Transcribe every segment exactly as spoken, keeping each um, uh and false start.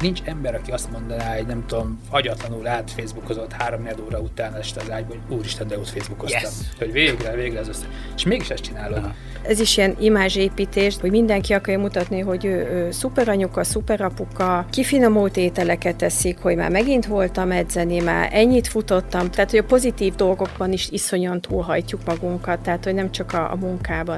Nincs ember, aki azt mondaná, hogy nem tudom, agyatlanul át Facebookozott három óra után este az ágyban, hogy úristen, de ott Facebookoztam. Yes. Hogy végre, végre az össze. És mégis ezt csinálod. Aha. Ez is ilyen imázsépítés, hogy mindenki akarja mutatni, hogy ő, ő szuperanyuka, szuperapuka, kifinomult ételeket teszik, hogy már megint voltam edzeni, már ennyit futottam. Tehát, hogy a pozitív dolgokban is iszonyan túlhajtjuk magunkat, tehát, hogy nem csak a, a munkában.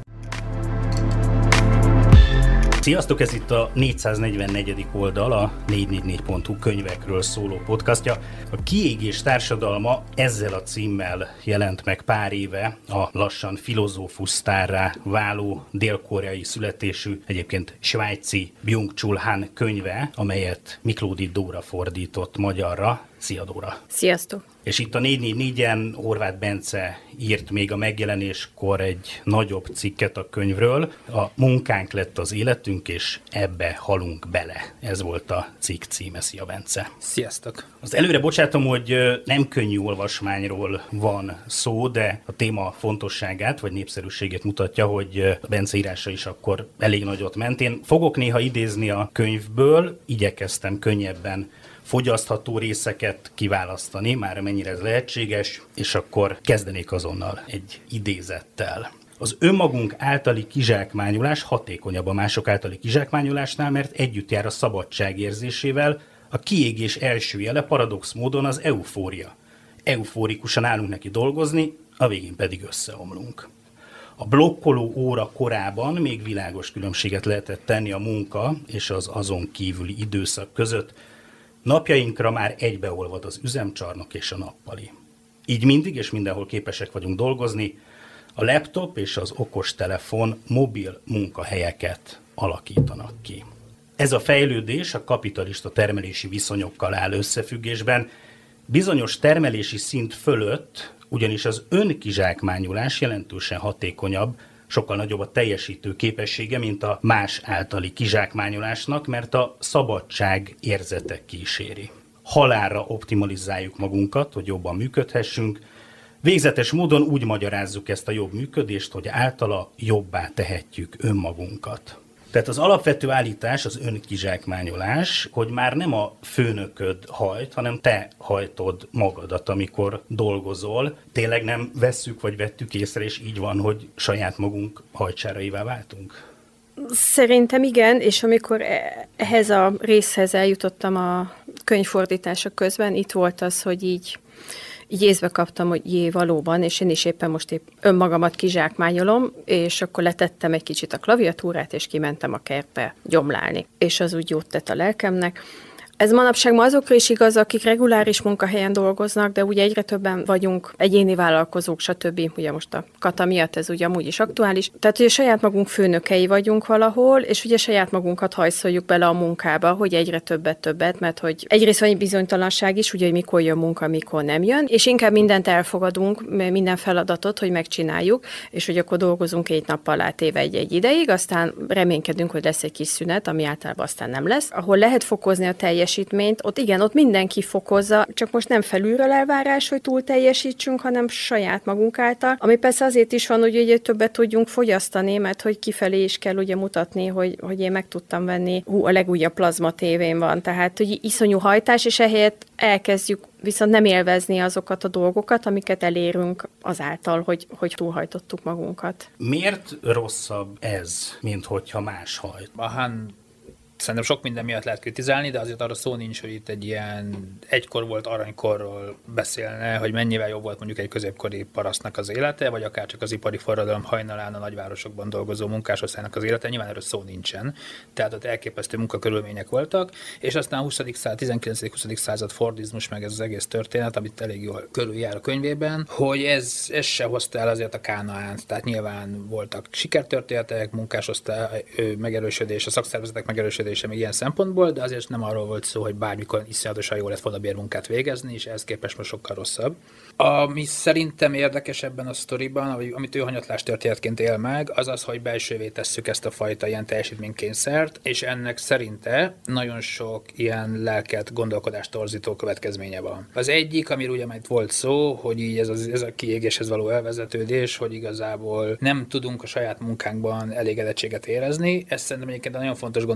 Sziasztok, ez itt a négyszáznegyvennegyedik oldal, a négy négy négy pont hu könyvekről szóló podcastja. A Kiégés társadalma ezzel a címmel jelent meg pár éve a lassan filozófus sztárrá váló dél-koreai születésű, egyébként svájci Byung-Chul Han könyve, amelyet Miklódi Dóra fordított magyarra. Szia, Dóra! Sziasztok! És itt a négy négy négyen Horváth Bence írt még a megjelenéskor egy nagyobb cikket a könyvről. A munkánk lett az életünk, és ebbe halunk bele. Ez volt a cikk címe. Szia, Bence! Sziasztok! Az előre bocsátom, hogy nem könnyű olvasmányról van szó, de a téma fontosságát vagy népszerűségét mutatja, hogy a Bence írása is akkor elég nagyot ment. Én fogok néha idézni a könyvből, igyekeztem könnyebben fogyasztható részeket kiválasztani, már mennyire ez lehetséges, és akkor kezdenék azonnal egy idézettel. Az önmagunk általi kizsákmányolás hatékonyabb a mások általi kizsákmányolásnál, mert együtt jár a szabadság érzésével. A kiégés első jele paradox módon az eufória. Eufórikusan állunk neki dolgozni, a végén pedig összeomlunk. A blokkoló óra korában még világos különbséget lehetett tenni a munka és az azon kívüli időszak között. Napjainkra már egybeolvad az üzemcsarnok és a nappali. Így mindig és mindenhol képesek vagyunk dolgozni, a laptop és az okostelefon mobil munkahelyeket alakítanak ki. Ez a fejlődés a kapitalista termelési viszonyokkal áll összefüggésben. Bizonyos termelési szint fölött ugyanis az önkizsákmányolás jelentősen hatékonyabb, sokkal nagyobb a teljesítő képessége, mint a más általi kizsákmányolásnak, mert a szabadság érzete kíséri. Halálra optimalizáljuk magunkat, hogy jobban működhessünk. Végzetes módon úgy magyarázzuk ezt a jobb működést, hogy általa jobbá tehetjük önmagunkat. Tehát az alapvető állítás, az önkizsákmányolás, hogy már nem a főnököd hajt, hanem te hajtod magadat, amikor dolgozol. Tényleg nem vesszük vagy vettük észre, és így van, hogy saját magunk hajtsáraivá váltunk? Szerintem igen, és amikor ehhez a részhez eljutottam a könyvfordítása közben, itt volt az, hogy így Így észbe kaptam, hogy jé, valóban, és én is éppen most épp önmagamat kizsákmányolom, és akkor letettem egy kicsit a klaviatúrát, és kimentem a kertbe gyomlálni. És az úgy jót tett a lelkemnek. Ez manapság ma azokra is igaz, akik reguláris munkahelyen dolgoznak, de ugye egyre többen vagyunk egyéni vállalkozók, stb. Ugye most a kata miatt ez ugye amúgy is aktuális. Tehát ugye saját magunk főnökei vagyunk valahol, és ugye saját magunkat hajszoljuk bele a munkába, hogy egyre többet, többet, mert hogy egyrészt van egy bizonytalanság is, ugye, hogy mikor jön munka, mikor nem jön, és inkább mindent elfogadunk, minden feladatot, hogy megcsináljuk, és hogy akkor dolgozunk egy nappal átéve egy-egy ideig, aztán reménykedünk, hogy lesz egy kis szünet, ami általában aztán nem lesz. Ahol lehet fokozni a teljes teljesítményt, ott igen, ott mindenki fokozza, csak most nem felülről elvárás, hogy túl teljesítsünk, hanem saját magunk által, ami persze azért is van, hogy ugye többet tudjunk fogyasztani, mert hogy kifelé is kell ugye mutatni, hogy, hogy én meg tudtam venni, hú, a legújabb plazma tévén van, tehát hogy iszonyú hajtás, és ehelyett elkezdjük viszont nem élvezni azokat a dolgokat, amiket elérünk azáltal, hogy, hogy túlhajtottuk magunkat. Miért rosszabb ez, mint hogyha más hajt? Ahán szerintem sok minden miatt lehet kritizálni, de azért arra szó nincs, hogy itt egy ilyen egykor volt aranykorról beszélne, hogy mennyivel jobb volt mondjuk egy középkori parasztnak az élete, vagy akár csak az ipari forradalom hajnalán a nagyvárosokban dolgozó munkásosztálynak az élete, nyilván erről szó nincsen. Tehát ott elképesztő munkakörülmények voltak, és aztán a huszadik század, tizenkilencedik-huszadik század fordizmus, meg ez az egész történet, amit elég jól körüljár a könyvében, hogy ez, ez se hozta el azért a Kánaánt. Tehát nyilván voltak sikertörténetek, munkásosztály megerősödés, a szakszervezetek megerősödés, még ilyen szempontból, de azért nem arról volt szó, hogy bármikor iszonyatosan jól lett volna bérmunkát végezni, és ehhez képest most sokkal rosszabb. Ami szerintem érdekes ebben a sztoriban, amit ő hanyatlás történetként él meg, az az, hogy belsővé tesszük ezt a fajta ilyen teljesítménykényszert, és ennek szerinte nagyon sok ilyen lelket, gondolkodást torzító következménye van. Az egyik, amiről ugye már itt volt szó, hogy így ez, az, ez a kiégéshez való elvezetődés, hogy igazából nem tudunk a saját munkánkban elégedettséget érezni. Ez szerintem egyébként nagyon fontos gondolat a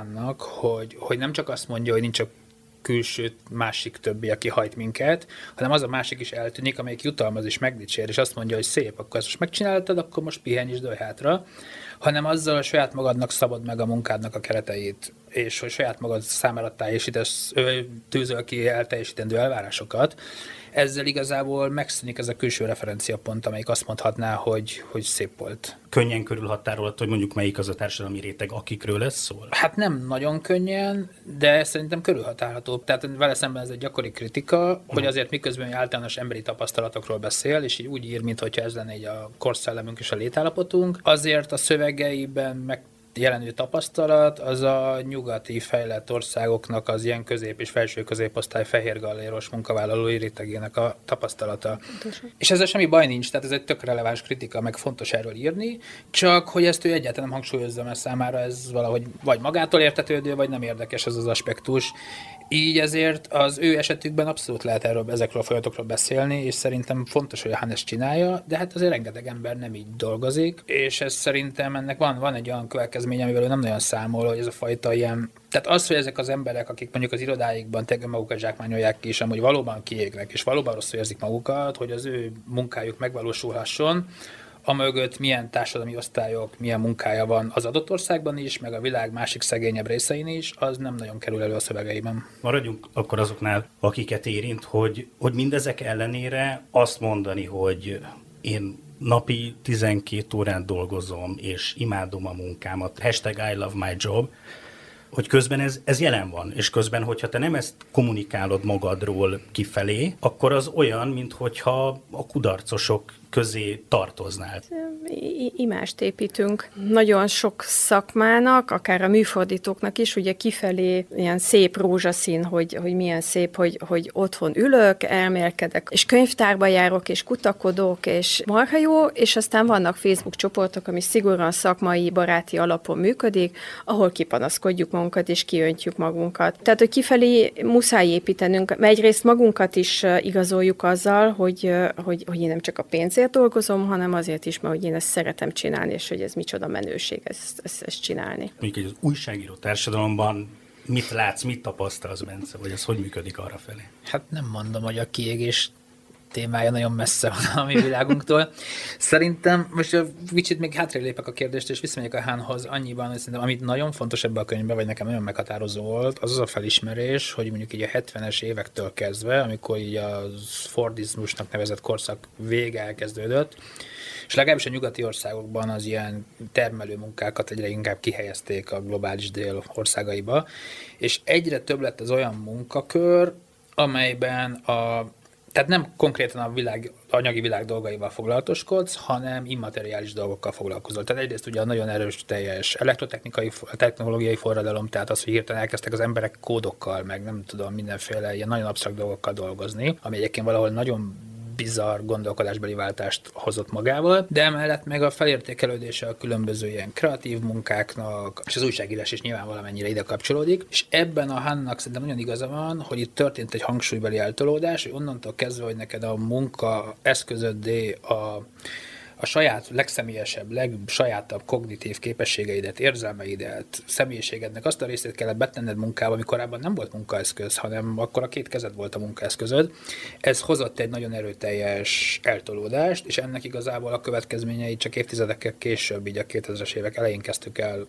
Hánnak, hogy, hogy nem csak azt mondja, hogy nincs a külső másik többi, aki hajt minket, hanem az a másik is eltűnik, amelyik jutalmaz és megdicsér, és azt mondja, hogy szép, akkor ezt most megcsináltad, akkor most pihenj és dőlj hátra, hanem azzal, hogy saját magadnak szabad meg a munkádnak a kereteit, és hogy saját magad számára teljesítesz, tűzöl ki elteljesítendő elvárásokat, ezzel igazából megszűnik ez a külső referenciapont, amelyik azt mondhatná, hogy, hogy szép volt. Könnyen körülhatárolható, hogy mondjuk melyik az a társadalmi réteg, akikről ez szól? Hát nem nagyon könnyen, de szerintem körülhatárolható. Tehát vele szemben ez egy gyakori kritika, uh-huh. hogy azért miközben általános emberi tapasztalatokról beszél, és így úgy ír, mintha ez lenne így a korszellemünk és a létállapotunk, azért a szövegeiben meg jelenő tapasztalat, az a nyugati fejlett országoknak az ilyen közép- és felső középosztály fehér galléros munkavállalói rétegének a tapasztalata. Pontosan. És ezzel semmi baj nincs, tehát ez egy tök releváns kritika, meg fontos erről írni, csak hogy ezt ő egyáltalán nem hangsúlyozza, mert számára ez valahogy vagy magától értetődő, vagy nem érdekes ez az aspektus. Így ezért az ő esetükben abszolút lehet erről, ezekről a folyamatokról beszélni, és szerintem fontos, hogy a Hahn ezt csinálja, de hát azért rengeteg ember nem így dolgozik, és ez szerintem ennek van, van egy olyan következménye, amivel ő nem nagyon számol, hogy ez a fajta ilyen. Tehát az, hogy ezek az emberek, akik mondjuk az irodáikban tényleg magukat zsákmányolják ki, és amúgy valóban kiégnek, és valóban rosszul érzik magukat, hogy az ő munkájuk megvalósulhasson, amögött milyen társadalmi osztályok, milyen munkája van az adott országban is, meg a világ másik szegényebb részein is, az nem nagyon kerül elő a szövegeiben. Maradjunk akkor azoknál, akiket érint, hogy, hogy mindezek ellenére azt mondani, hogy én napi tizenkét órát dolgozom, és imádom a munkámat, hashtag I love my job, hogy közben ez, ez jelen van, és közben, hogyha te nem ezt kommunikálod magadról kifelé, akkor az olyan, minthogyha a kudarcosok közé tartoznál. I- imást építünk. Nagyon sok szakmának, akár a műfordítóknak is, ugye kifelé ilyen szép rózsaszín, hogy, hogy milyen szép, hogy, hogy otthon ülök, elmélkedek, és könyvtárba járok, és kutakodok, és marha jó, és aztán vannak Facebook csoportok, ami szigorúan szakmai, baráti alapon működik, ahol kipanaszkodjuk magunkat, és kiöntjük magunkat. Tehát, hogy kifelé muszáj építenünk, mert egyrészt magunkat is igazoljuk azzal, hogy, hogy, hogy én nem csak a pénzért dolgozom, hanem azért is, mert hogy én ezt szeretem csinálni, és hogy ez micsoda menőség ezt, ezt, ezt csinálni. Mondjuk az újságíró társadalomban mit látsz, mit tapasztalsz, Bence, vagy ez hogy működik arrafelé? Hát nem mondom, hogy a kiégés témája nagyon messze van a mi világunktól. Szerintem, most a kicsit még hátra lépek a kérdést, és visszamegyek a Hahnhoz annyiban, hogy szerintem, amit nagyon fontos ebben a könyvben, vagy nekem nagyon meghatározó volt, az az a felismerés, hogy mondjuk így a hetvenes évektől kezdve, amikor így a fordizmusnak nevezett korszak vége elkezdődött, és legalábbis a nyugati országokban az ilyen termelő munkákat egyre inkább kihelyezték a globális dél országaiba, és egyre több lett az olyan munkakör, amelyben a Tehát nem konkrétan a világ, anyagi világ dolgaival foglalatoskodsz, hanem immateriális dolgokkal foglalkozol. Tehát egyrészt ugye a nagyon erős, teljes elektrotechnikai, technológiai forradalom, tehát az, hogy hirtelen elkezdtek az emberek kódokkal, meg nem tudom, mindenféle ilyen nagyon absztrakt dolgokkal dolgozni, ami egyébként valahol nagyon bizarr gondolkodásbeli váltást hozott magával, de emellett meg a felértékelődése a különböző ilyen kreatív munkáknak, és az újságírás is nyilván valamennyire ide kapcsolódik, és ebben a Hahnnak szerintem nagyon igaza van, hogy itt történt egy hangsúlybeli eltolódás, hogy onnantól kezdve, hogy neked a munka eszközöddé a a saját legszemélyesebb, legsajátabb kognitív képességeidet, érzelmeidet, személyiségednek azt a részét kellett betenned munkába, ami korábban nem volt munkaeszköz, hanem akkor a két kezed volt a munkaeszközöd. Ez hozott egy nagyon erőteljes eltolódást, és ennek igazából a következményeit csak évtizedekkel később, így a kétezres évek elején kezdtük el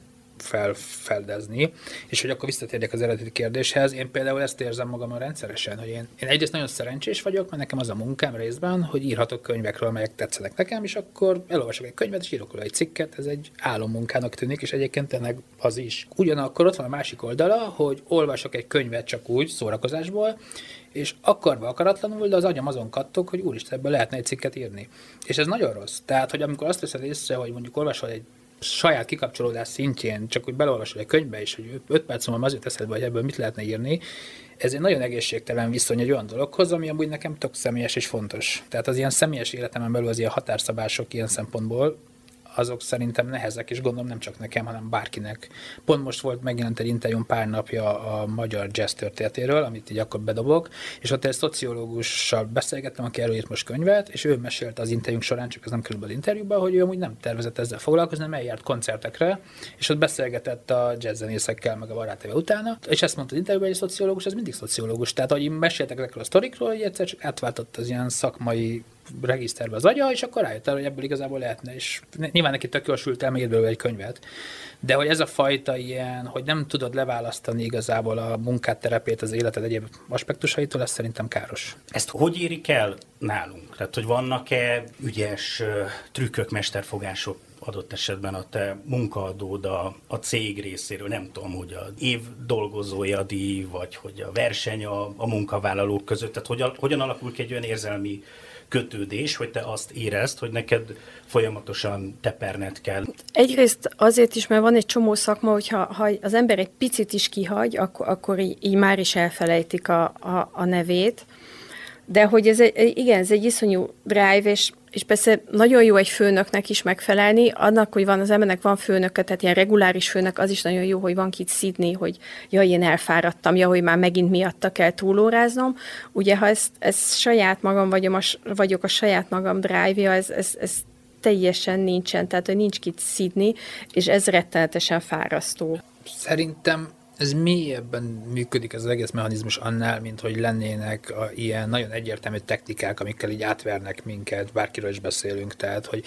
felfedezni, és hogy akkor visszatérjek az eredeti kérdéshez, én például ezt érzem magamon rendszeresen, hogy én, én egyrészt nagyon szerencsés vagyok, mert nekem az a munkám részben, hogy írhatok könyvekről, amelyek tetszenek nekem, és akkor elolvasok egy könyvet, és írok róla egy cikket, ez egy álommunkának tűnik, és egyébként tényleg az is. Ugyanakkor ott van a másik oldala, hogy olvasok egy könyvet csak úgy, szórakozásból, és akarva akaratlanul, de az agyam azon kattog, hogy úristen, ebből lehetne egy cikket írni. És ez nagyon rossz. Tehát, hogy amikor azt veszed észre, hogy mondjuk olvasol egy saját kikapcsolódás szintjén, csak úgy beleolvasol egy könyvbe, és hogy öt perc múlva azért eszedbe, hogy ebből mit lehetne írni, ez egy nagyon egészségtelen viszony egy olyan dologhoz, ami amúgy nekem tök személyes és fontos. Tehát az ilyen személyes életemen belül az ilyen határszabások ilyen szempontból, azok szerintem nehezek, és gondolom nem csak nekem, hanem bárkinek. Pont most volt megjelent egy interjún pár napja a magyar jazz történetéről, amit így akkor bedobok, és ott egy szociológussal beszélgettem, aki erről írt most könyvet, és ő mesélte az interjúnk során, csak ez nem kerül be az interjúba, hogy ő amúgy nem tervezett ezzel foglalkozni, nem eljárt koncertekre, és ott beszélgetett a jazzzenészekkel, meg a barátaival utána, és ezt mondta az interjúban, hogy a szociológus, ez mindig szociológus. Tehát, ahogy meséltek ezekről a sztorikról, hogy egyszer csak átváltott az ilyen szakmai regiszterbe az agya, és akkor rájött el, hogy ebből igazából lehetne, és nyilván neki tök jól sült el, még belőle egy könyvet. De hogy ez a fajta ilyen, hogy nem tudod leválasztani igazából a munkát, terepét, az életed egyéb aspektusaitól, ez szerintem káros. Ezt hogy érik el nálunk? Tehát, hogy vannak-e ügyes trükkök, mesterfogások adott esetben a te munkaadód a, a cég részéről, nem tudom, hogy az év dolgozója díj, vagy hogy a verseny a, a munkavállalók között, tehát hogyan, hogyan alakul ki egy olyan érzelmi kötődés, hogy te azt érezd, hogy neked folyamatosan teperned kell? Egyrészt azért is, mert van egy csomó szakma, hogyha ha az ember egy picit is kihagy, akkor, akkor így, így már is elfelejtik a, a, a nevét. De hogy ez egy, igen, ez egy iszonyú drive, és, és persze nagyon jó egy főnöknek is megfelelni, annak, hogy van az embernek van főnöke, tehát ilyen reguláris főnök, az is nagyon jó, hogy van kit szidni, hogy jaj, én elfáradtam, ja, hogy már megint miatta kell túlóráznom. Ugye, ha ezt, ezt saját magam vagyom, a, vagyok a saját magam drive-ja, ez, ez, ez teljesen nincsen, tehát hogy nincs kit szidni, és ez rettenetesen fárasztó. Szerintem ez mélyebben működik ez az egész mechanizmus annál, mint hogy lennének a, ilyen nagyon egyértelmű technikák, amikkel így átvernek minket, bárkiről is beszélünk, tehát hogy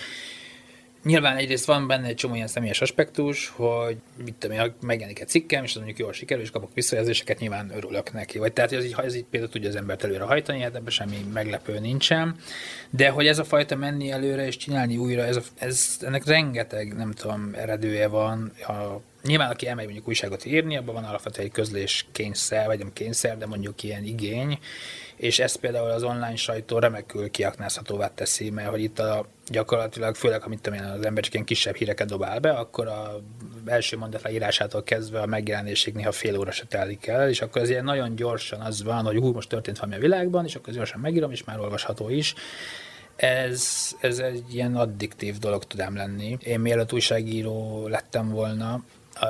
nyilván egyrészt van benne egy csomó ilyen személyes aspektus, hogy mit tudom én, megjelenik egy cikkem, és az mondjuk jól sikerül, és kapok visszajelzéseket, nyilván örülök neki. Vagy tehát, hogy ez így, ha ez így például tudja az embert előre hajtani, hát ebben semmi meglepő nincsen. De hogy ez a fajta menni előre és csinálni újra, ez, a, ez ennek rengeteg, nem tudom, eredője van. A, nyilván, aki elmegy mondjuk újságot írni, abban van alapvetően egy közlés kényszer, vagy nem kényszer, de mondjuk ilyen igény, és ez például az online sajtó remekül kiaknázhatóvá teszi, mert hogy itt a, gyakorlatilag, főleg, ha mit tudom én, az ember csak ilyen kisebb híreket dobál be, akkor az első mondat leírásától kezdve a megjelenésig néha fél óra se telik el, és akkor ez ilyen nagyon gyorsan az van, hogy hú, most történt valami a világban, és akkor gyorsan megírom, és már olvasható is. Ez, ez egy ilyen addiktív dolog tud ám lenni. Én mielőtt újságíró lettem volna,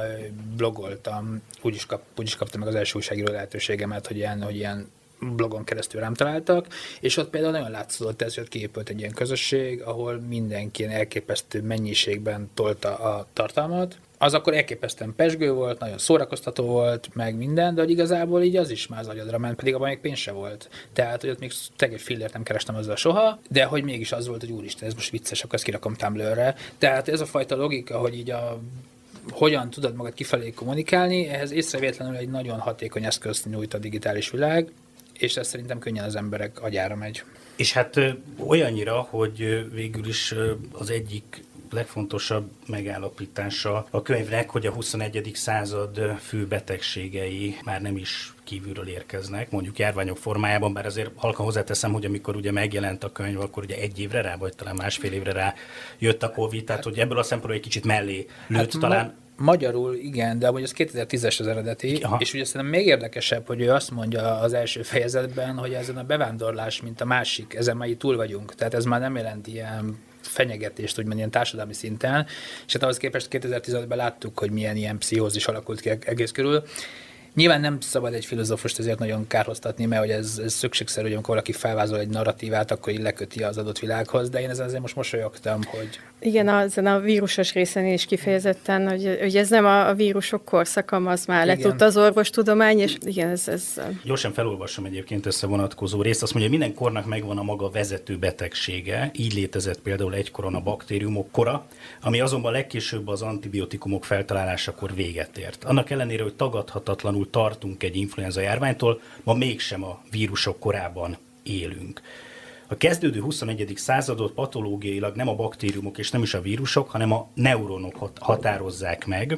blogoltam, úgyis, kap, úgyis kaptam meg az első újságíró lehetőségemet, hogy ilyen, hogy ilyen blogon keresztül rám találtak, és ott például nagyon látszott ez, hogy kiépült egy ilyen közösség, ahol mindenki elképesztő mennyiségben tolta a tartalmat. Az akkor elképesztően pezsgő volt, nagyon szórakoztató volt, meg minden, de hogy igazából így az is már az agyadra ment, pedig abban még pénz se volt. Tehát, hogy ott még teg egy fillért nem kerestem azzal soha, de hogy mégis az volt, hogy úristen, ez most vicces, akkor ezt kirakom Tumblr-re. Tehát ez a fajta logika, hogy így a hogyan tudod magad kifelé kommunikálni, ehhez észrevétlenül egy nagyon hatékony eszközt nyújt a digitális világ, és ez szerintem könnyen az emberek agyára megy. És hát ö, olyannyira, hogy ö, végül is ö, az egyik legfontosabb megállapítása a könyvnek, hogy a huszonegyedik század fő betegségei már nem is kívülről érkeznek, mondjuk járványok formájában, bár azért halkan hozzáteszem, hogy amikor ugye megjelent a könyv, akkor ugye egy évre rá, vagy talán másfél évre rá jött a Covid, tehát hogy ebből a szempontból egy kicsit mellé lőtt hát talán. Ma- Magyarul igen, de amúgy az kétezer-tízes az eredeti, aha. És ugye szerintem még érdekesebb, hogy ő azt mondja az első fejezetben, hogy ezen a bevándorlás, mint a másik, ezen már így túl vagyunk, tehát ez már nem jelent ilyen fenyegetést, úgymond ilyen társadalmi szinten, és hát ahhoz képest kétezer-tizenötben láttuk, hogy milyen ilyen pszichózis alakult ki egész körül. Nyilván nem szabad egy filozófust ezért nagyon kárhoztatni, mert hogy ez, ez szükségszerű, hogy amikor valaki felvázol egy narratívát, akkor így leköti az adott világhoz, de én ezen azért most mosolyogtam, hogy... Igen, ezen a vírusos részen is kifejezetten, hogy, hogy ez nem a, a vírusok korszaka, az már letudta az orvostudomány, és igen, ez... ez... Gyorsan felolvasom egyébként összevonatkozó részt. Azt mondja, hogy minden kornak megvan a maga vezető betegsége, így létezett például egykoron a baktériumok kora, ami azonban legkésőbb az antibiotikumok feltalálásakor véget ért. Annak ellenére, hogy tagadhatatlanul tartunk egy influenza járványtól, ma mégsem a vírusok korában élünk. A kezdődő huszonegyedik századot patológiailag nem a baktériumok és nem is a vírusok, hanem a neuronok határozzák meg,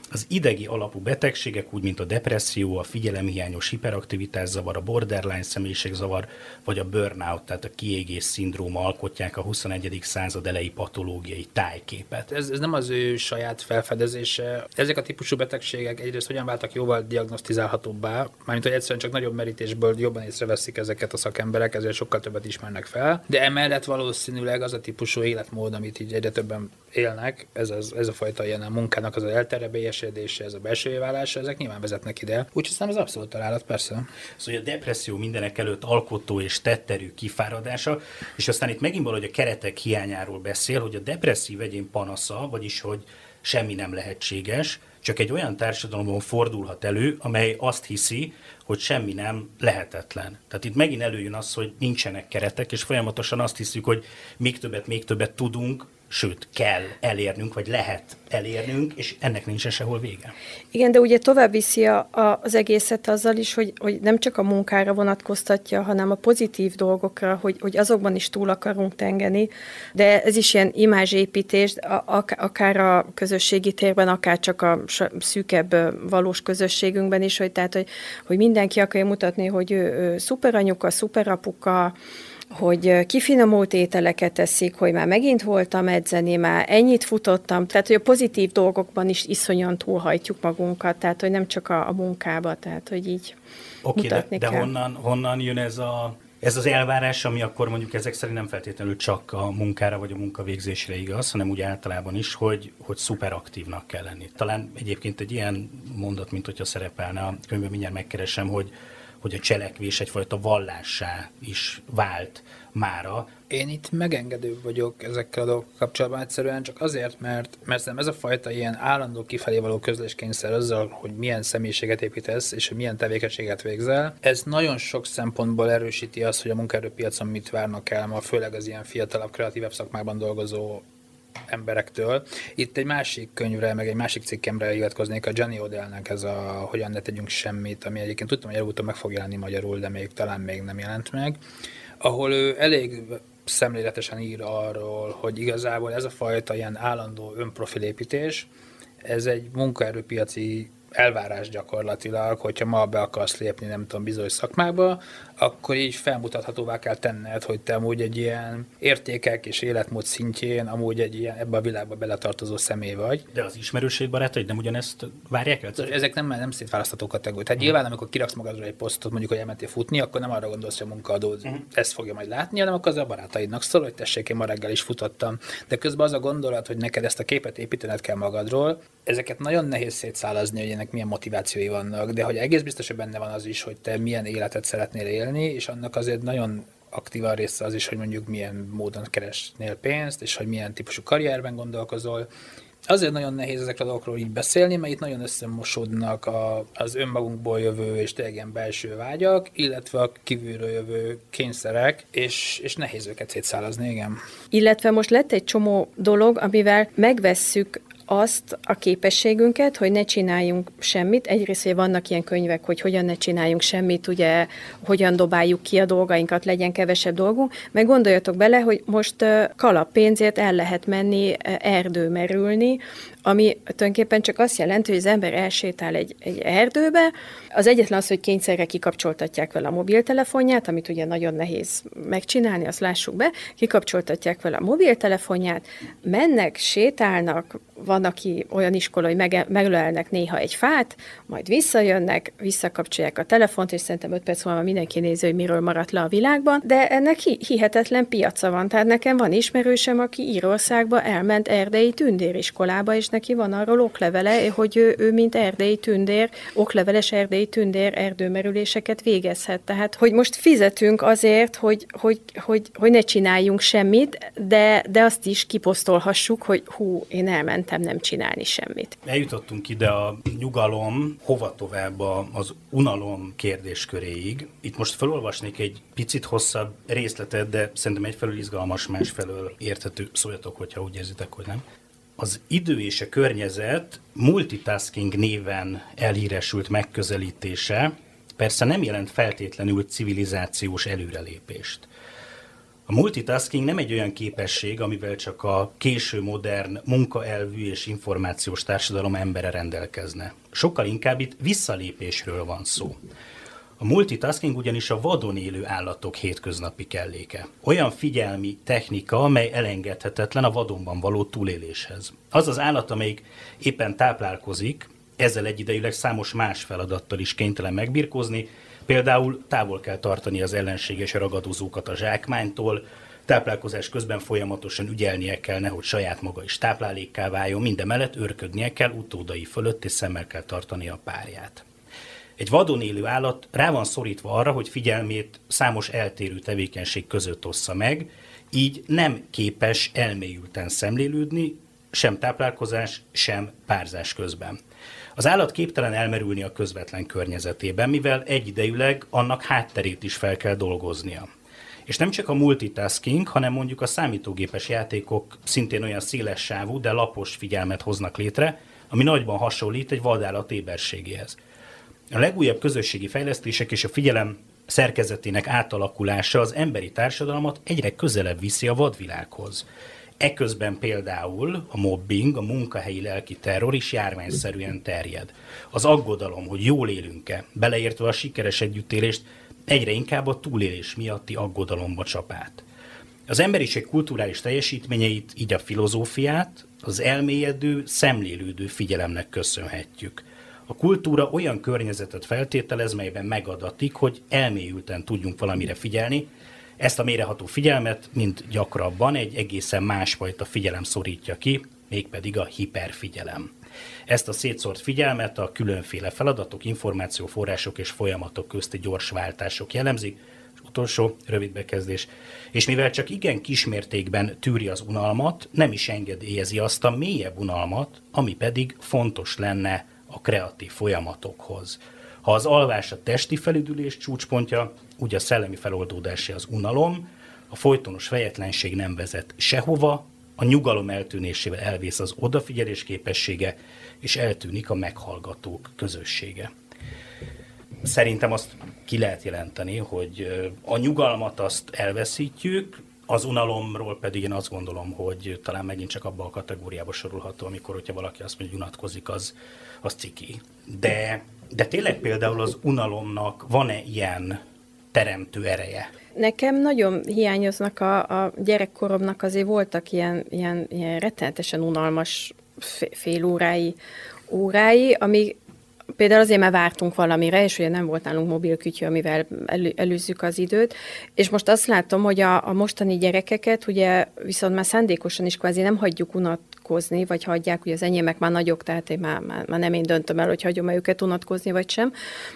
Az idegi alapú betegségek, úgy mint a depresszió, a figyelemhiányos hiperaktivitás zavar, a borderline személyiségzavar, vagy a burnout, tehát a kiégés szindróma alkotják a huszonegyedik század elejé patológiai tájképet. Ez, ez nem az ő saját felfedezése. Ezek a típusú betegségek egyrészt hogyan váltak jóval diagnosztizálhatóbbá, mármint hogy egyszerűen csak nagyobb merítésből jobban észreveszik ezeket a szakemberek, ezért sokkal többet ismernek fel. De emellett valószínűleg az a típusú életmód, amit így egyre többen élnek, ez, az, ez a fajta ilyen a munkának az elterebélyesedése, ez a belső válása, ezek nyilván vezetnek ide. Úgyhogy aztán az abszolút találat, persze. Szóval a depresszió mindenek előtt alkotó és tetterű kifáradása, és aztán itt megint valahogy a keretek hiányáról beszél, hogy a depresszív egyén panasza, vagyis hogy semmi nem lehetséges, csak egy olyan társadalomban fordulhat elő, amely azt hiszi, hogy semmi nem lehetetlen. Tehát itt megint előjön az, hogy nincsenek keretek, és folyamatosan azt hiszük, hogy még többet, még többet tudunk, sőt, kell elérnünk, vagy lehet elérnünk, és ennek nincsen sehol vége. Igen, de ugye tovább viszi a, a, az egészet azzal is, hogy, hogy nem csak a munkára vonatkoztatja, hanem a pozitív dolgokra, hogy, hogy azokban is túl akarunk tengeni, de ez is ilyen imázsépítés, akár a közösségi térben, akár csak a szűkebb valós közösségünkben is, hogy, tehát, hogy, hogy mindenki akarja mutatni, hogy ő, ő szuperanyuka, szuperapuka, hogy kifinomult ételeket teszik, hogy már megint voltam edzeni, már ennyit futottam, tehát hogy a pozitív dolgokban is iszonyan túlhajtjuk magunkat, tehát hogy nem csak a, a munkába, tehát hogy így okay, mutatni de, de kell. honnan, honnan jön ez, a, ez az elvárás, ami akkor mondjuk ezek szerint nem feltétlenül csak a munkára vagy a munkavégzésre igaz, hanem úgy általában is, hogy, hogy szuperaktívnak kell lenni. Talán egyébként egy ilyen mondat, mint hogyha szerepelne a könyvben, mindjárt megkeresem, hogy hogy a cselekvés egyfajta vallássá is vált mára. Én itt megengedőbb vagyok ezekkel a dolgokkal kapcsolatban egyszerűen csak azért, mert, mert ez a fajta ilyen állandó kifelé való közléskényszer azzal, hogy milyen személyiséget építesz, és hogy milyen tevékenységet végzel. Ez nagyon sok szempontból erősíti azt, hogy a munkaerőpiacon mit várnak el ma, főleg az ilyen fiatalabb, kreatívebb szakmákban dolgozó emberektől. Itt egy másik könyvre, meg egy másik cikkemre hivatkoznék, a Jenny Odellnek ez a Hogyan ne tegyünk semmit, ami egyébként tudtam, hogy előbb meg fog jelenni magyarul, de még talán még nem jelent meg, ahol ő elég szemléletesen ír arról, hogy igazából ez a fajta ilyen állandó önprofilépítés, ez egy munkaerőpiaci elvárás gyakorlatilag, hogyha ma be akarsz lépni, nem tudom, bizonyos szakmákba, akkor így felmutathatóvá kell tenned, hogy te amúgy egy ilyen értékek és életmód szintjén amúgy egy ilyen ebbe a világba beletartozó személy vagy. De az ismerőség barátaid nem ugyanezt várják el? Ezek nem, nem szétválasztható kategóriák. Tehát nyilván, amikor kiraksz magadra egy posztot, mondjuk, hogy elmentél futni, akkor nem arra gondolsz, hogy a munkaadó uh-huh. ezt fogja majd látni, hanem akkor az a barátaidnak szól, hogy tessék, én ma reggel is futottam. De közben az a gondolat, hogy neked ezt a képet építened kell magadról, ezeket nagyon nehéz szétszálazni, hogy ennek milyen motivációi vannak, de hogy egész biztos, hogy benne van az is, hogy te milyen életet szeretnél élni, és annak azért nagyon aktívan része az is, hogy mondjuk milyen módon keresnél pénzt, és hogy milyen típusú karrierben gondolkozol. Azért nagyon nehéz ezekről a dolgokról így beszélni, mert itt nagyon összemosódnak a, az önmagunkból jövő és tényleg ilyen belső vágyak, illetve a kívülről jövő kényszerek, és, és nehéz őket szétszálazni, igen. Illetve most lett egy csomó dolog, amivel megvesszük azt a képességünket, hogy ne csináljunk semmit. Egyrészt, hogy vannak ilyen könyvek, hogy hogyan ne csináljunk semmit, ugye, hogyan dobáljuk ki a dolgainkat, legyen kevesebb dolgunk, meg gondoljatok bele, hogy most kalappénzért el lehet menni erdőmerülni, ami tulajdonképpen csak azt jelenti, hogy az ember elsétál egy, egy erdőbe. Az egyetlen az, hogy kényszerre kikapcsoltatják vele a mobiltelefonját, amit ugye nagyon nehéz megcsinálni, azt lássuk be, kikapcsoltatják vele a mobiltelefonját, mennek, sétálnak, van, aki olyan iskola, hogy meg, megölelnek néha egy fát, majd visszajönnek, visszakapcsolják a telefont, és szerintem öt perc múlva mindenki nézi, hogy miről maradt le a világban, de ennek hi- hihetetlen piaca van. Tehát nekem van ismerősem, aki Írországba elment erdei tündériskolába, és neki van arról oklevele, hogy ő, ő mint erdei tündér, okleveles erdei tündér erdőmerüléseket végezhet. Tehát, hogy most fizetünk azért, hogy, hogy, hogy, hogy ne csináljunk semmit, de, de azt is kiposztolhassuk, hogy hú, én elmentem nem csinálni semmit. Eljutottunk ide a nyugalom, hova tovább az unalom kérdésköréig. Itt most felolvasnék egy picit hosszabb részletet, de szerintem egyfelől izgalmas, másfelől érthető. Szóljatok, hogyha úgy érzitek, hogy nem. Az idő és a környezet multitasking néven elhíresült megközelítése persze nem jelent feltétlenül civilizációs előrelépést. A multitasking nem egy olyan képesség, amivel csak a késő modern munkaelvű és információs társadalom embere rendelkezne. Sokkal inkább itt visszalépésről van szó. A multitasking ugyanis a vadon élő állatok hétköznapi kelléke. Olyan figyelmi technika, amely elengedhetetlen a vadonban való túléléshez. Az az állat, amelyik éppen táplálkozik, ezzel egyidejűleg számos más feladattal is kénytelen megbirkózni, például távol kell tartani az ellenséges ragadozókat a zsákmánytól, táplálkozás közben folyamatosan ügyelnie kell, nehogy saját maga is táplálékká váljon, mindemellett őrködnie kell utódai fölött, és szemmel kell tartani a párját. Egy vadon élő állat rá van szorítva arra, hogy figyelmét számos eltérő tevékenység között ossza meg, így nem képes elmélyülten szemlélődni, sem táplálkozás, sem párzás közben. Az állat képtelen elmerülni a közvetlen környezetében, mivel egyidejűleg annak hátterét is fel kell dolgoznia. És nem csak a multitasking, hanem mondjuk a számítógépes játékok szintén olyan széles sávú, de lapos figyelmet hoznak létre, ami nagyban hasonlít egy vadállat éberségéhez. A legújabb közösségi fejlesztések és a figyelem szerkezetének átalakulása az emberi társadalmat egyre közelebb viszi a vadvilághoz. Eközben például a mobbing, a munkahelyi lelki terror is járványszerűen terjed. Az aggodalom, hogy jól élünk-e, beleértve a sikeres együttélést, egyre inkább a túlélés miatti aggodalomba csap át. Az emberiség kulturális teljesítményeit, így a filozófiát, az elmélyedő, szemlélődő figyelemnek köszönhetjük. A kultúra olyan környezetet feltételez, melyben megadatik, hogy elmélyülten tudjunk valamire figyelni. Ezt a mélyreható figyelmet mind gyakrabban egy egészen másfajta figyelem szorítja ki, mégpedig a hiperfigyelem. Ezt a szétszórt figyelmet a különféle feladatok, információforrások és folyamatok közti gyors váltások jellemzik. És utolsó, rövid bekezdés. És mivel csak igen kismértékben tűri az unalmat, nem is engedélyezi azt a mélyebb unalmat, ami pedig fontos lenne a kreatív folyamatokhoz. Ha az alvás a testi felüdülés csúcspontja, úgy a szellemi feloldódási az unalom, a folytonos fejetlenség nem vezet sehova, a nyugalom eltűnésével elvész az odafigyelés képessége, és eltűnik a meghallgatók közössége. Szerintem azt ki lehet jelenteni, hogy a nyugalmat azt elveszítjük, az unalomról pedig én azt gondolom, hogy talán megint csak abba a kategóriába sorolható, amikor, hogyha valaki azt mondja, hogy unatkozik, az, az ciki. De, de tényleg például az unalomnak van-e ilyen teremtő ereje? Nekem nagyon hiányoznak a, a gyerekkoromnak, azért voltak ilyen, ilyen, ilyen rettenetesen unalmas fél órái, órái, ami például azért, mert vártunk valamire, és ugye nem volt nálunk mobilkütyű, amivel elő, előzzük az időt, és most azt látom, hogy a, a mostani gyerekeket ugye viszont már szándékosan is kvázi nem hagyjuk unatkozni, vagy hagyják, ugye az enyémek már nagyok, tehát én már, már, már nem én döntöm el, hogy hagyom-e őket unatkozni, vagy sem,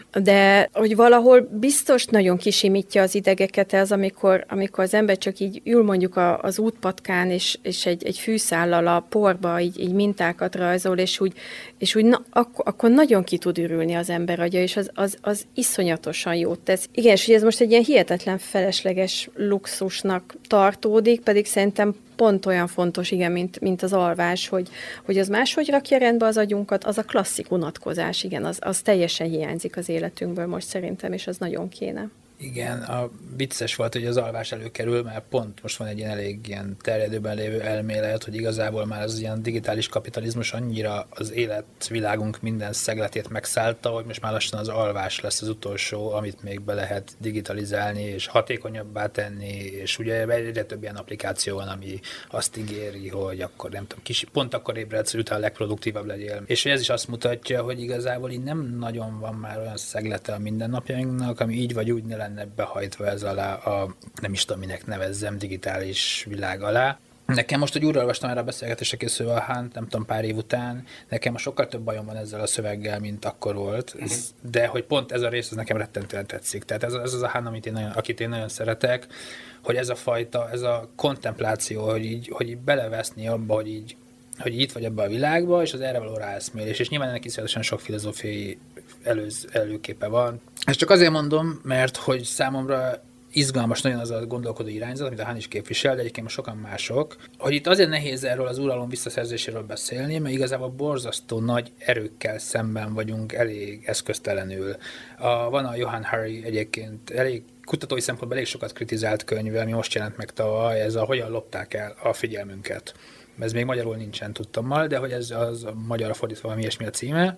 de hogy valahol biztos nagyon kisimítja az idegeket ez, amikor, amikor az ember csak így ül mondjuk a, az útpatkán, és, és egy, egy fűszállal a porba így, így mintákat rajzol, és úgy, és úgy na, akkor, akkor nagyon ki tud ürülni az ember agya, és az, az, az iszonyatosan jót tesz. Igen, és ez most egy ilyen hihetetlen felesleges luxusnak tartódik, pedig szerintem pont olyan fontos, igen, mint, mint az alvás, hogy, hogy az máshogy rakja rendbe az agyunkat, az a klasszik unatkozás, igen, az, az teljesen hiányzik az életünkből most szerintem, és az nagyon kéne. Igen, a vicces volt, hogy az alvás előkerül, mert pont most van egy ilyen elég ilyen terjedőben lévő elmélet, hogy igazából már az ilyen digitális kapitalizmus annyira az életvilágunk minden szegletét megszállta, hogy most már lassan az alvás lesz az utolsó, amit még be lehet digitalizálni, és hatékonyabbá tenni, és ugye egyre több ilyen applikáció van, ami azt ígéri, hogy akkor nem tudom, kis, pont akkor ébredsz, utána a legproduktívabb legyél. És ez is azt mutatja, hogy igazából így nem nagyon van már olyan szeglete a mindennapjainknak, ami így vagy úgy ne lenne behajtva ez alá a, nem is tudom, minek nevezzem, digitális világ alá. Nekem most, hogy újra olvastam erre a beszélgetésre készülve a Hunt, nem tudom, pár év után, nekem most sokkal több bajom van ezzel a szöveggel, mint akkor volt, mm-hmm. de hogy pont ez a rész, ez nekem rettentően tetszik. Tehát ez, ez az a Hunt, amit én nagyon, akit én nagyon szeretek, hogy ez a fajta, ez a kontempláció, hogy így, hogy így beleveszni abba, hogy így hogy itt vagy ebben a világban, és az erre való ráeszmélés, és nyilván ennek iszonyatosan sok filozófiai előz, előképe van. Ezt csak azért mondom, mert hogy számomra izgalmas nagyon az a gondolkodó irányzat, amit a Hán is képvisel, de egyébként sokan mások, hogy itt azért nehéz erről az uralom visszaszerzéséről beszélni, mert igazából borzasztó nagy erőkkel szemben vagyunk elég eszköztelenül. A, van a Johann Hari egyébként elég kutatói szempontból elég sokat kritizált könyve, ami most jelent meg tavaly, ez a Hogyan lopták el a figyelmünket. Ez még magyarul nincsen tudtommal, de hogy ez az a magyarra fordítva valami ilyesmi a címe.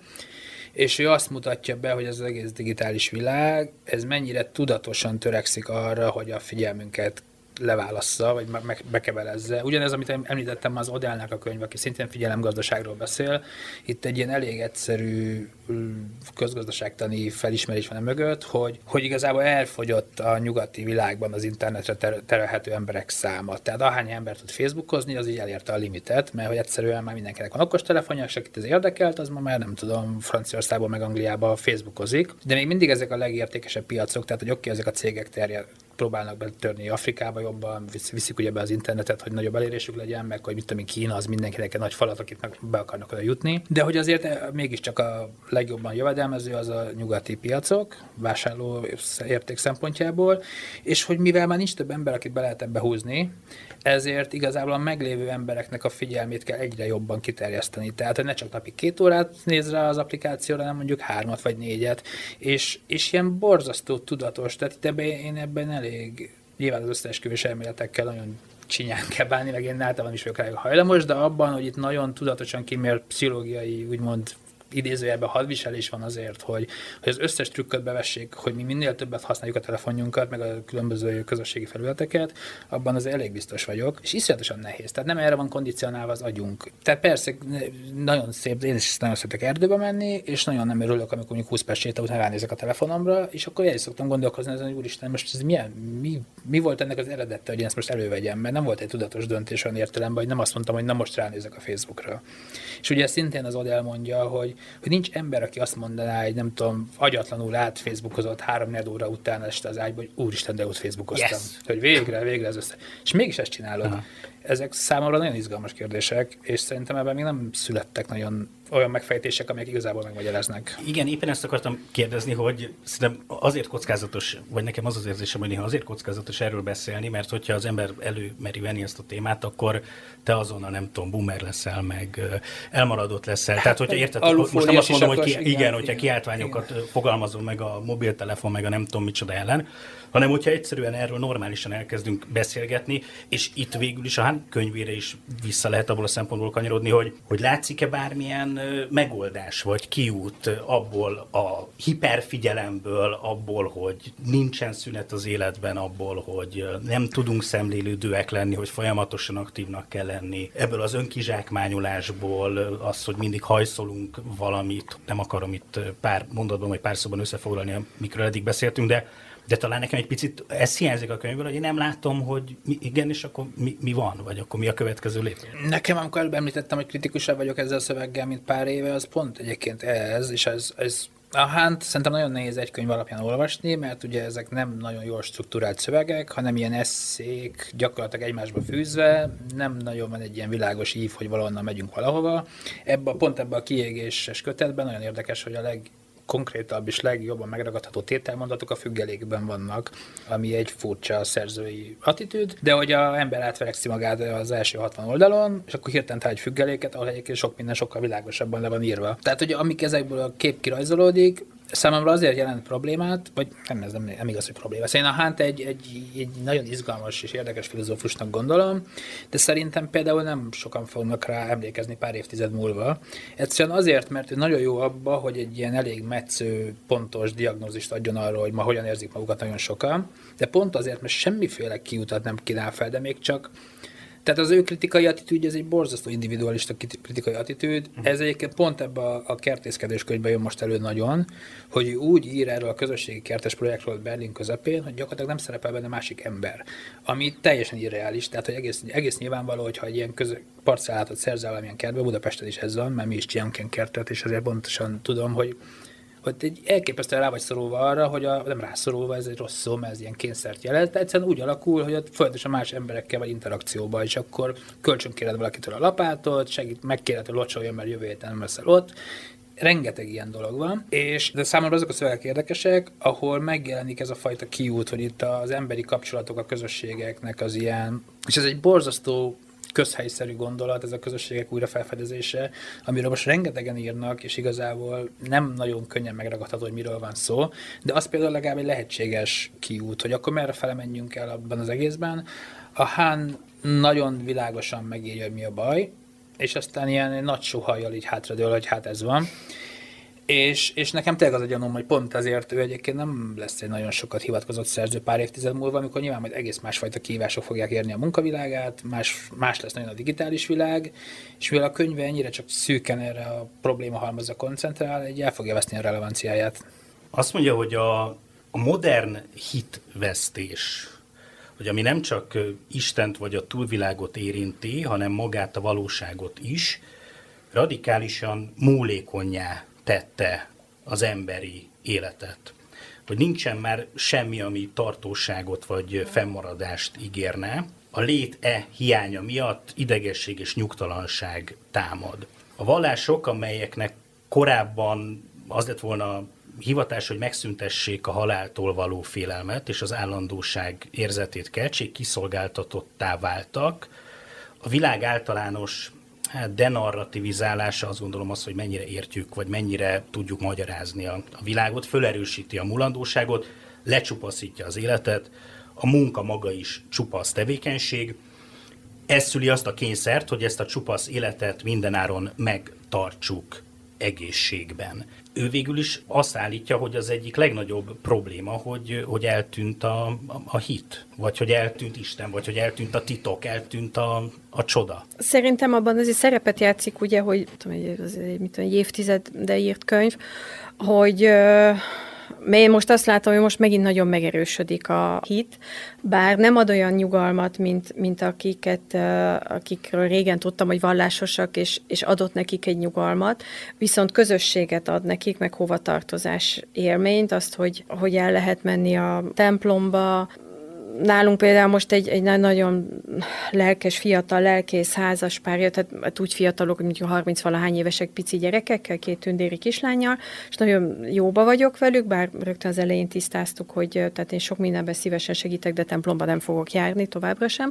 És ő azt mutatja be, hogy ez az egész digitális világ, ez mennyire tudatosan törekszik arra, hogy a figyelmünket leválassza, vagy bekebelezze. Ugyanez, amit említettem, az Odellnek a könyv, aki szintén figyelemgazdaságról beszél. Itt egy ilyen elég egyszerű közgazdaságtani felismerés van a mögött, hogy, hogy igazából elfogyott a nyugati világban az internetre ter- terelhető emberek száma. Tehát ahány ember tud Facebookozni, az így elérte a limitet, mert hogy egyszerűen már mindenkinek van okostelefonja, és akit ez érdekelt, az ma már nem tudom, Franciaországban meg Angliában Facebookozik. De még mindig ezek a legértékesebb piacok, tehát hogy oké, ezek a cégek terjed, próbálnak betörni Afrikába jobban, viszik ugye be az internetet, hogy nagyobb elérésük legyen, meg hogy mit tudom, Kína az mindenkinek egy nagy falat, akit meg be akarnak oda jutni. De hogy azért mégiscsak a legjobban jövedelmező az a nyugati piacok, vásárló érték szempontjából, és hogy mivel már nincs több ember, akit be lehet ebbe húzni, ezért igazából a meglévő embereknek a figyelmét kell egyre jobban kiterjeszteni. Tehát, hogy ne csak napi két órát néz rá az applikációra, hanem mondjuk hármat vagy négyet. És, és ilyen borzasztó tudatos, tehát itt ebben, én ebben elég, nyilván az összeesküvés elméletekkel nagyon csinyán kell bánni, meg én általában is vagyok rá hajlamos, de abban, hogy itt nagyon tudatosan kimért pszichológiai, úgymond idézőjelben hadviselés van azért, hogy, hogy az összes trükköt bevessék, hogy mi minél többet használjuk a telefonjunkat, meg a különböző közösségi felületeket, abban az elég biztos vagyok, és iszonyatosan nehéz. Tehát nem erre van kondicionálva az agyunk. Tehát persze nagyon szép, én is nagyon szeretek erdőbe menni, és nagyon nem örülök, amikor mondjuk húsz perc séta után ránézek a telefonomra, és akkor el is szoktam gondolkozni ezen, hogy úristen, most ez milyen, mi, mi volt ennek az eredete, hogy én ezt most elővegyem, mert nem volt egy tudatos döntés olyan értelemben, hogy nem azt mondtam, hogy na most ránézek a Facebookra. És ugye szintén az Odell mondja, hogy hogy nincs ember, aki azt mondaná, hogy nem tudom, agyatlanul át Facebookozott három-négy óra után este az ágyba, hogy úristen, de ott Facebookoztam. Yes. Hogy végre, végre ez össze. És mégis ezt csinálod. Aha. Ezek számomra nagyon izgalmas kérdések, és szerintem ebben még nem születtek nagyon olyan megfejtések, amelyek igazából megmagyaráznak. Igen, éppen ezt akartam kérdezni, hogy szerintem azért kockázatos, vagy nekem az az érzésem, hogy néha azért kockázatos erről beszélni, mert hogyha az ember előmeri venni ezt a témát, akkor te azonnal nem tudom, boomer leszel, meg elmaradott leszel. Hát, tehát, hogyha érted, most nem azt mondom, hogy ki, igen, igen, hogyha igen, kiáltványokat igen. fogalmazom meg a mobiltelefon, meg a nem tudom micsoda ellen, hanem hogyha egyszerűen erről normálisan elkezdünk beszélgetni, és itt végül is a Hán könyvére is vissza lehet abból a szempontból kanyarodni, hogy, hogy látszik-e bármilyen megoldás, vagy kiút abból a hiperfigyelemből, abból, hogy nincsen szünet az életben, abból, hogy nem tudunk szemlélődőek lenni, hogy folyamatosan aktívnak kell lenni. Ebből az önkizsákmányolásból az, hogy mindig hajszolunk valamit, nem akarom itt pár mondatban, vagy pár szóban összefoglalni, amikről eddig beszéltünk, de De talán nekem egy picit ez hiányzik a könyvből, hogy én nem látom, hogy mi, igen, és akkor mi, mi van, vagy akkor mi a következő lépés. Nekem, amikor előbb említettem, hogy kritikusabb vagyok ezzel a szöveggel, mint pár éve, az pont egyébként ez, és ez, ez a Hánt szerintem nagyon nehéz egy könyv alapján olvasni, mert ugye ezek nem nagyon jól struktúrált szövegek, hanem ilyen esszék, gyakorlatilag egymásba fűzve, nem nagyon van egy ilyen világos ív, hogy valahonnan megyünk valahova. Ebbe, pont ebben a kiégéses kötetben nagyon érdekes, hogy a leg konkrétabb és legjobban megragadható tételmondatok a függelékben vannak, ami egy furcsa szerzői attitűd, de hogy az ember átverekszi magát az első hatvan oldalon, és akkor hirtelen talál egy függeléket, ahol egyébként sok minden sokkal világosabban le van írva. Tehát, hogy amik ezekből a kép kirajzolódik, számomra azért jelent problémát, vagy nem, ez nem, nem igaz, hogy probléma. Én a Hánt egy, egy, egy nagyon izgalmas és érdekes filozófusnak gondolom, de szerintem például nem sokan fognak rá emlékezni pár évtized múlva. Egyszerűen azért, mert ő nagyon jó abba, hogy egy ilyen elég metsző, pontos diagnózist adjon arról, hogy ma hogyan érzik magukat nagyon sokan, de pont azért, mert semmiféle kiutat nem kínál fel, de még csak tehát az ő kritikai attitűdje, ez egy borzasztó individualista kritikai attitűd. Ez egyébként pont ebben a, a kertészkedés könyvben jön most elő nagyon, hogy úgy ír erről a közösségi kertes projektről Berlin közepén, hogy gyakorlatilag nem szerepel benne másik ember, ami teljesen irreális. Tehát, hogy egész, egész nyilvánvaló, hogyha egy ilyen közö, parcellátot szerzel valamilyen kertbe, Budapesten is ez van, mert mi is csinálunk ilyen kertet, és azért pontosan tudom, hogy hogy egy elképesztően rá vagy szorulva arra, hogy a, nem rászorulva, ez egy rossz szó, mert ez ilyen kényszert jelent, de egyszerűen úgy alakul, hogy ott folyamatosan más emberekkel vagy interakcióban, és akkor kölcsönkéred valakitől a lapátot, segít, megkéred, hogy locsoljon, mert jövő héten nem leszel ott, rengeteg ilyen dolog van, és de számomra azok a szövegek érdekesek, ahol megjelenik ez a fajta kiút, hogy itt az emberi kapcsolatok, a közösségeknek az ilyen, és ez egy borzasztó közhelyszerű gondolat, ez a közösségek újrafelfedezése, amiről most rengetegen írnak, és igazából nem nagyon könnyen megragadható, hogy miről van szó, de az például legalább egy lehetséges kiút, hogy akkor merre fele menjünk el abban az egészben. A Han nagyon világosan megírja, hogy mi a baj, és aztán ilyen nagy sóhajjal így hátradől, hogy hát ez van. És, és nekem tényleg az a gyanúm, hogy pont ezért ő egyébként nem lesz egy nagyon sokat hivatkozott szerző pár évtized múlva, amikor nyilván majd egész másfajta kihívások fogják érni a munkavilágát, más, más lesz nagyon a digitális világ, és mivel a könyve ennyire csak szűken erre a problémahalmazra koncentrál, egy el fogja veszni a relevanciáját. Azt mondja, hogy a, a modern hitvesztés, hogy ami nem csak Istent vagy a túlvilágot érinti, hanem magát a valóságot is, radikálisan múlékonnyá tette az emberi életet. Hogy nincsen már semmi, ami tartóságot vagy fennmaradást ígérne. A lét-e hiánya miatt idegesség és nyugtalanság támad. A vallások, amelyeknek korábban az lett volna hivatás, hogy megszüntessék a haláltól való félelmet és az állandóság érzetét keltsék, kiszolgáltatottá váltak. A világ általános hát denarrativizálása, azt gondolom az, hogy mennyire értjük, vagy mennyire tudjuk magyarázni a, a világot, fölerősíti a mulandóságot, lecsupaszítja az életet, a munka maga is csupasz tevékenység. Ez szüli azt a kényszert, hogy ezt a csupasz életet mindenáron megtartsuk egészségben. Ő végül is azt állítja, hogy az egyik legnagyobb probléma, hogy, hogy eltűnt a, a, a hit, vagy hogy eltűnt Isten, vagy hogy eltűnt a titok, eltűnt a, a csoda. Szerintem abban azért szerepet játszik, ugye, hogy tudom, az egy, mit tudom, egy évtizede írt könyv, hogy én most azt látom, hogy most megint nagyon megerősödik a hit, bár nem ad olyan nyugalmat, mint, mint akiket, akikről régen tudtam, hogy vallásosak, és, és adott nekik egy nyugalmat, viszont közösséget ad nekik, meg hovatartozás élményt, azt, hogy, hogy el lehet menni a templomba. Nálunk például most egy, egy nagyon lelkes, fiatal, lelkész házas pár jött, tehát úgy fiatalok, hogy mondjuk harminc-valahány évesek pici gyerekekkel, két tündéri kislánnyal, és nagyon jóba vagyok velük, bár rögtön az elején tisztáztuk, hogy tehát én sok mindenben szívesen segítek, de templomba nem fogok járni továbbra sem.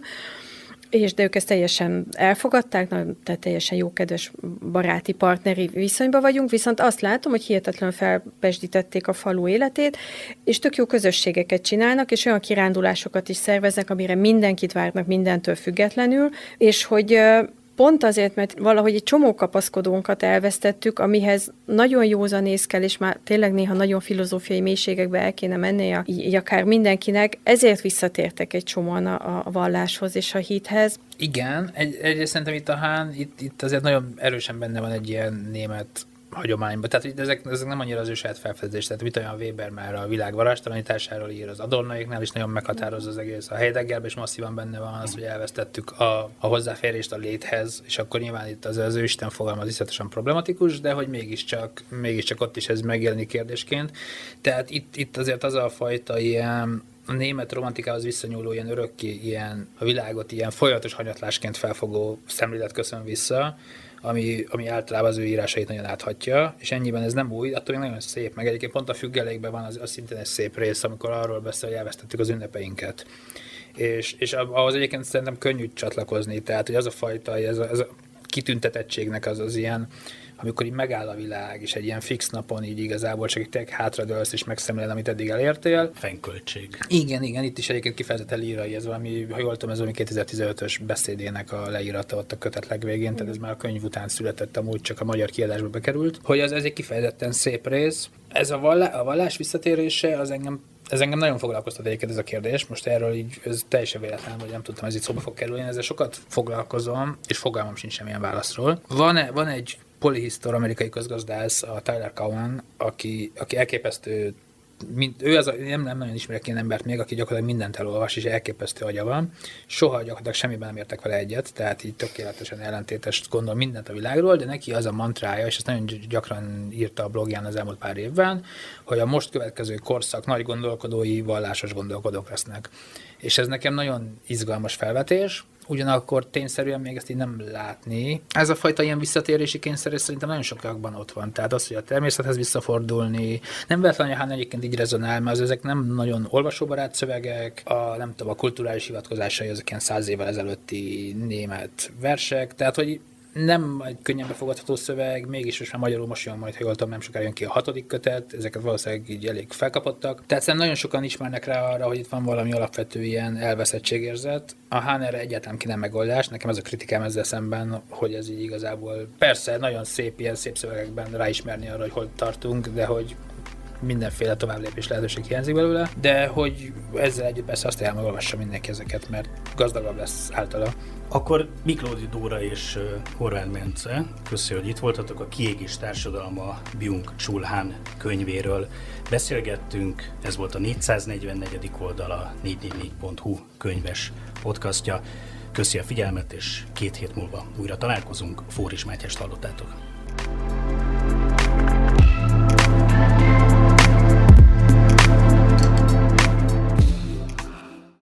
És de ők ezt teljesen elfogadták, tehát teljesen jó, kedves, baráti, partneri viszonyban vagyunk, viszont azt látom, hogy hihetetlenül felpesdítették a falu életét, és tök jó közösségeket csinálnak, és olyan kirándulásokat is szerveznek, amire mindenkit várnak mindentől függetlenül, és hogy pont azért, mert valahogy egy csomó kapaszkodónkat elvesztettük, amihez nagyon józanész kell, és már tényleg néha nagyon filozófiai mélységekbe el kéne mennie, így akár mindenkinek, ezért visszatértek egy csomóan a, a valláshoz és a hithez. Igen, egy, egyrészt szerintem itt a Hán, itt, itt azért nagyon erősen benne van egy ilyen német hagyományban. Tehát ezek, ezek nem annyira az ő saját felfedezés, tehát mit olyan Weber már a világ varástalanításáról ír, az Adornoéknál is nagyon meghatározza az egész. A Heideggerben is masszívan benne van az, hogy elvesztettük a, a hozzáférést a léthez, és akkor nyilván itt az, az ő Isten fogalma az iszonyatosan problematikus, de hogy mégiscsak, mégiscsak ott is ez megjelenik kérdésként. Tehát itt, itt azért az a fajta ilyen a német romantikához visszanyúló ilyen örökké, ilyen a világot ilyen folyamatos hanyatlásként felfogó szemlélet köszön vissza, ami, ami általában az ő írásait nagyon áthatja, és ennyiben ez nem új, attól még nagyon szép, meg egyébként pont a függelékben van az, az szintén egy szép rész, amikor arról beszél, hogy elvesztettük az ünnepeinket. És, és ahhoz egyébként szerintem könnyű csatlakozni, tehát hogy az a fajta, ez a, ez a kitüntetettségnek az az ilyen, amikor így megáll a világ, és egy ilyen fix napon így igazából csak így hátradőlsz, és megszemléled, amit eddig elértél. Fennköltség. Igen, igen, itt is egyébként kifejezetten lírai, ez valami, ha jól tudom, ez valami kétezer-tizenötös beszédének a leírata ott a kötet legvégén, tehát ez már a könyv után született, amúgy csak a magyar kiadásba bekerült, hogy az ez egy kifejezetten szép rész. Ez a, vallá, a vallás visszatérése, az engem Ez engem nagyon foglalkoztat egyébként ez a kérdés, most erről így, ez teljesen véletlen, hogy nem tudtam, ez itt szóba fog kerülni, ezzel sokat foglalkozom, és fogalmam sincs semmilyen válaszról. Van, van egy polyhisztor amerikai közgazdász, a Tyler Cowen, aki, aki elképesztő, mint, ő az a, nem, nem nagyon ismerek ilyen embert még, aki gyakorlatilag mindent elolvas, és elképesztő agya van. Soha gyakorlatilag semmiben nem értek vele egyet, tehát így tökéletesen ellentétes gondol mindent a világról, de neki az a mantrája, és ezt nagyon gyakran írta a blogján az elmúlt pár évben, hogy a most következő korszak nagy gondolkodói vallásos gondolkodók lesznek. És ez nekem nagyon izgalmas felvetés, ugyanakkor tényszerűen még ezt így nem látni. Ez a fajta ilyen visszatérési kényszer szerintem nagyon sokakban ott van. Tehát az, hogy a természethez visszafordulni, nem véletlenül, hogy egyébként így rezonál, mert az ezek nem nagyon olvasóbarát szövegek, a, nem tudom, a kulturális hivatkozásai azok ilyen száz évvel ezelőtti német versek, tehát hogy nem egy könnyen befogadható szöveg, mégis most már magyarul most jön, majd ha jól tudom, nem sokára jön ki a hatodik kötet, ezeket valószínűleg így elég felkapottak. Tehát szerintem nagyon sokan ismernek rá arra, hogy itt van valami alapvető ilyen elveszettségérzet. A Hahn erre egyáltalán ki nem megoldás, nekem ez a kritikám ezzel szemben, hogy ez így igazából persze nagyon szép, ilyen szép szövegekben ráismerni arra, hogy hol tartunk, de hogy mindenféle továbblépés lehetőség hiányzik belőle, de hogy ezzel együtt persze azt el megolvassa mindenki ezeket, mert gazdagabb lesz általa. Akkor Miklódi Dóra és uh, Horváth Bence, köszönjük, hogy itt voltatok, a Kiégés társadalma Byung-Chul Han könyvéről beszélgettünk. Ez volt a négyszáznegyvennegyedik oldala négy négy négy pont hu könyves podcastja. Köszi a figyelmet, és két hét múlva újra találkozunk. Fóris Mátyást hallottátok.